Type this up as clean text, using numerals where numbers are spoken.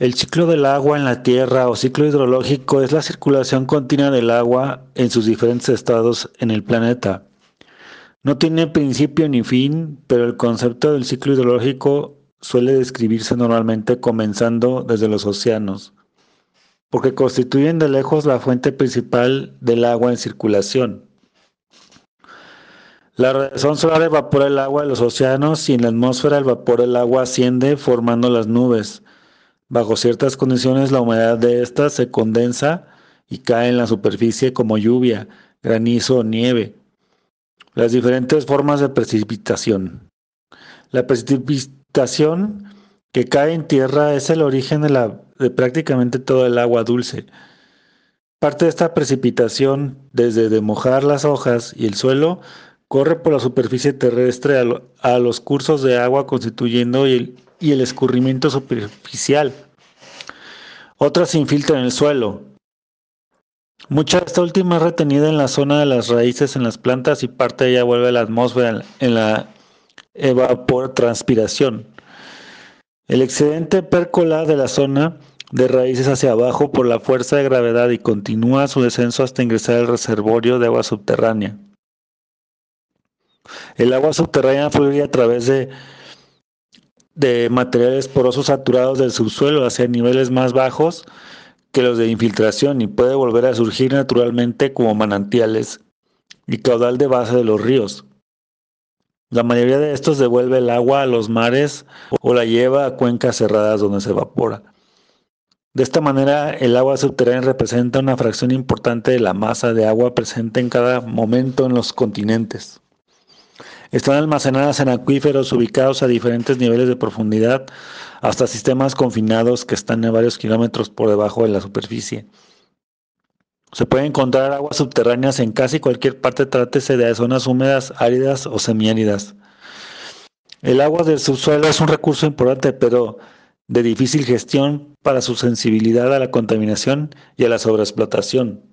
El ciclo del agua en la Tierra o ciclo hidrológico es la circulación continua del agua en sus diferentes estados en el planeta. No tiene principio ni fin, pero el concepto del ciclo hidrológico suele describirse normalmente comenzando desde los océanos, porque constituyen de lejos la fuente principal del agua en circulación. La radiación solar evapora el agua de los océanos y en la atmósfera el vapor del agua asciende formando las nubes. Bajo ciertas condiciones la humedad de estas se condensa y cae en la superficie como lluvia, granizo o nieve. Las diferentes formas de precipitación. La precipitación que cae en tierra es el origen de prácticamente todo el agua dulce. Parte de esta precipitación, desde de mojar las hojas y el suelo, corre por la superficie terrestre a los cursos de agua constituyendo y el escurrimiento superficial. Otra se infiltra en el suelo. Mucha de esta última es retenida en la zona de las raíces en las plantas y parte de ella vuelve a la atmósfera en la evapotranspiración. El excedente percola de la zona de raíces hacia abajo por la fuerza de gravedad y continúa su descenso hasta ingresar al reservorio de agua subterránea. El agua subterránea fluye a través de materiales porosos saturados del subsuelo hacia niveles más bajos que los de infiltración y puede volver a surgir naturalmente como manantiales y caudal de base de los ríos. La mayoría de estos devuelve el agua a los mares o la lleva a cuencas cerradas donde se evapora. De esta manera, el agua subterránea representa una fracción importante de la masa de agua presente en cada momento en los continentes. Están almacenadas en acuíferos ubicados a diferentes niveles de profundidad hasta sistemas confinados que están a varios kilómetros por debajo de la superficie. Se puede encontrar aguas subterráneas en casi cualquier parte, trátese de zonas húmedas, áridas o semiáridas. El agua del subsuelo es un recurso importante, pero de difícil gestión para su sensibilidad a la contaminación y a la sobreexplotación.